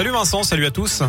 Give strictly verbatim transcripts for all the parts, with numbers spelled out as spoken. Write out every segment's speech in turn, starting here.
Salut Vincent, salut à tous.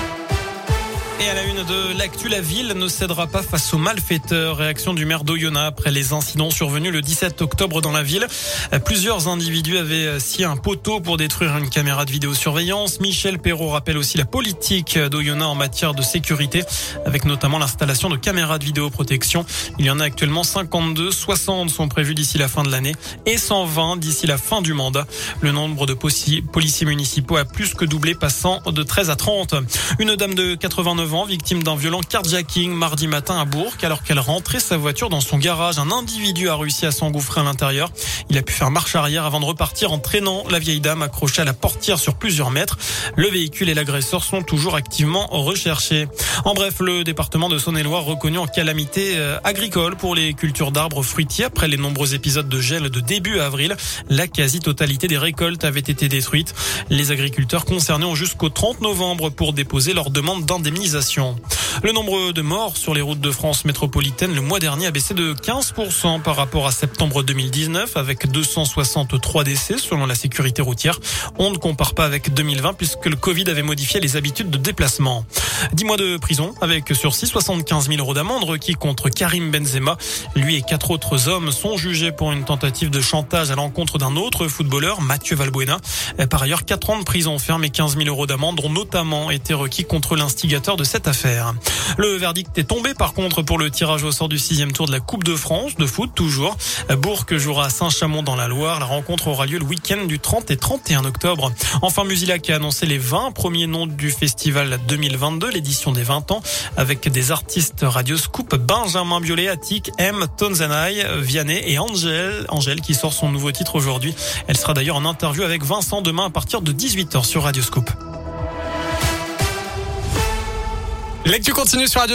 Et à la une de l'actu, la ville ne cédera pas face aux malfaiteurs. Réaction du maire d'Oyonnax après les incidents survenus le dix-sept octobre dans la ville. Plusieurs individus avaient scié un poteau pour détruire une caméra de vidéosurveillance. Michel Perrault rappelle aussi la politique d'Oyonnax en matière de sécurité, avec notamment l'installation de caméras de vidéoprotection. Il y en a actuellement cinquante-deux, soixante sont prévus d'ici la fin de l'année et cent vingt d'ici la fin du mandat. Le nombre de policiers municipaux a plus que doublé, passant de treize à trente. Une dame de quatre-vingt-neuf ans, victime d'un violent carjacking mardi matin à Bourg, alors qu'elle rentrait sa voiture dans son garage. Un individu a réussi à s'engouffrer à l'intérieur. Il a pu faire marche arrière avant de repartir en traînant la vieille dame accrochée à la portière sur plusieurs mètres. Le véhicule et l'agresseur sont toujours activement recherchés. En bref, le département de Saône-et-Loire reconnu en calamité agricole pour les cultures d'arbres fruitiers après les nombreux épisodes de gel de début avril. La quasi-totalité des récoltes avait été détruite. Les agriculteurs concernés ont jusqu'au trente novembre pour déposer leur demande d'indemnisation. Le nombre de morts sur les routes de France métropolitaine le mois dernier a baissé de quinze pour cent par rapport à septembre deux mille dix-neuf, avec deux cent soixante-trois décès selon la sécurité routière. On ne compare pas avec deux mille vingt puisque le Covid avait modifié les habitudes de déplacement. dix mois de prison avec sursis, soixante-quinze mille euros d'amende requis contre Karim Benzema. Lui et quatre autres hommes sont jugés pour une tentative de chantage à l'encontre d'un autre footballeur, Mathieu Valbuena. Par ailleurs, quatre ans de prison ferme et quinze mille euros d'amende ont notamment été requis contre l'instigateur de cette affaire. Le verdict est tombé par contre pour le tirage au sort du sixième tour de la Coupe de France de foot toujours. Bourg jouera à Saint-Chamond dans la Loire. La rencontre aura lieu le week-end du trente et trente et un octobre. Enfin, Musilac a annoncé les vingt premiers noms du festival deux mille vingt-deux, l'édition des vingt ans, avec des artistes Radio Scoop, Benjamin Biolay, Attic, M, Tonzenai, Vianney et Angèle, Angèle qui sort son nouveau titre aujourd'hui. Elle sera d'ailleurs en interview avec Vincent demain à partir de dix-huit heures sur Radio Scoop. L'actu continue sur Radio